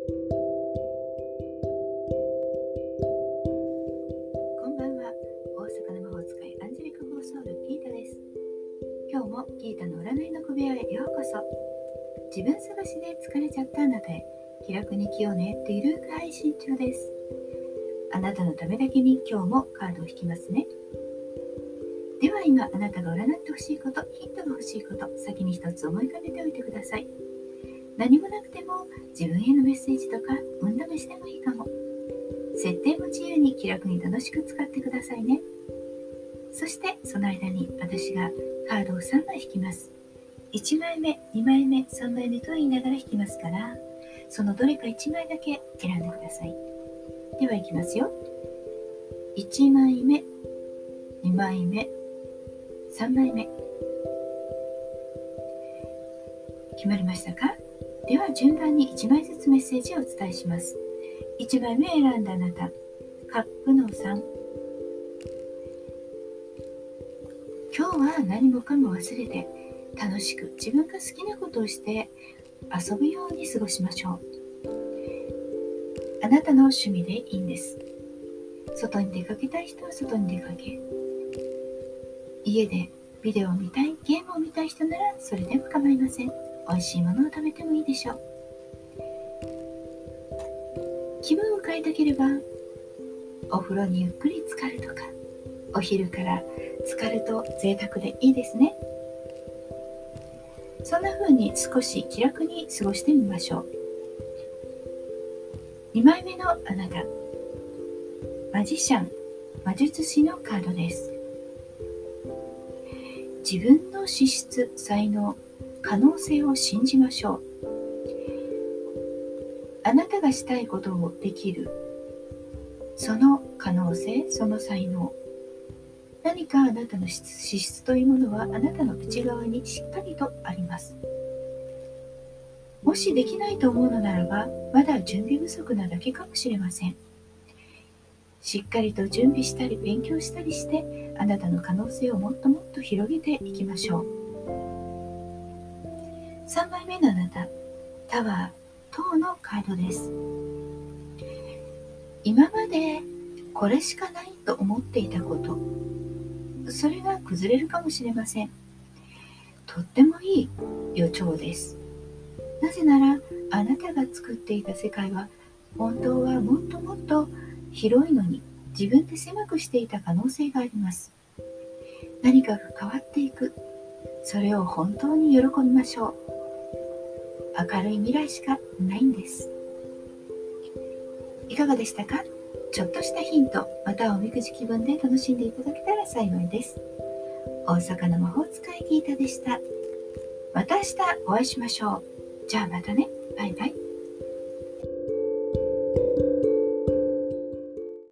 こんばんは。大阪の魔法使いアンジェリカ・フォーソウルギータです。今日もギータの占いの小部屋へようこそ。自分探しで疲れちゃったあなたへ、気楽に気を練ってゆるく配信中です。あなたのためだけに今日もカードを引きますね。では今あなたが占ってほしいこと、ヒントが欲しいこと、先に一つ思い浮かべておいてください。何もなくても自分へのメッセージとか運試しでもいいかも。設定も自由に気楽に楽しく使ってくださいね。そしてその間に私がカードを3枚引きます。1枚目、2枚目、3枚目と言いながら引きますから、そのどれか1枚だけ選んでください。ではいきますよ。1枚目、2枚目、3枚目。決まりましたか？では順番に1枚ずつメッセージをお伝えします。1枚目選んだあなた、カップの3。今日は何もかも忘れて楽しく自分が好きなことをして遊ぶように過ごしましょう。あなたの趣味でいいんです。外に出かけたい人は外に出かけ、家でビデオを見たい、ゲームを見たい人ならそれでも構いません。美味しいものを食べてもいいでしょう。気分を変えたければお風呂にゆっくり浸かるとか、お昼から浸かると贅沢でいいですね。そんな風に少し気楽に過ごしてみましょう。2枚目のあなた、マジシャン、魔術師のカードです。自分の資質、才能、可能性を信じましょう。あなたがしたいことをできる、その可能性、その才能、何かあなたの資質というものはあなたの内側にしっかりとあります。もしできないと思うのならば、まだ準備不足なだけかもしれません。しっかりと準備したり勉強したりして、あなたの可能性をもっともっと広げていきましょう。3枚目のあなた、タワー、塔のカードです。今までこれしかないと思っていたこと、それが崩れるかもしれません。とってもいい予兆です。なぜなら、あなたが作っていた世界は本当はもっともっと広いのに、自分で狭くしていた可能性があります。何かが変わっていく。それを本当に喜びましょう。明るい未来しかないんです。いかがでしたか？ちょっとしたヒント、またはおみくじ気分で楽しんでいただけたら幸いです。大阪の魔法使いギータでした。また明日お会いしましょう。じゃあまたね。バイバイ。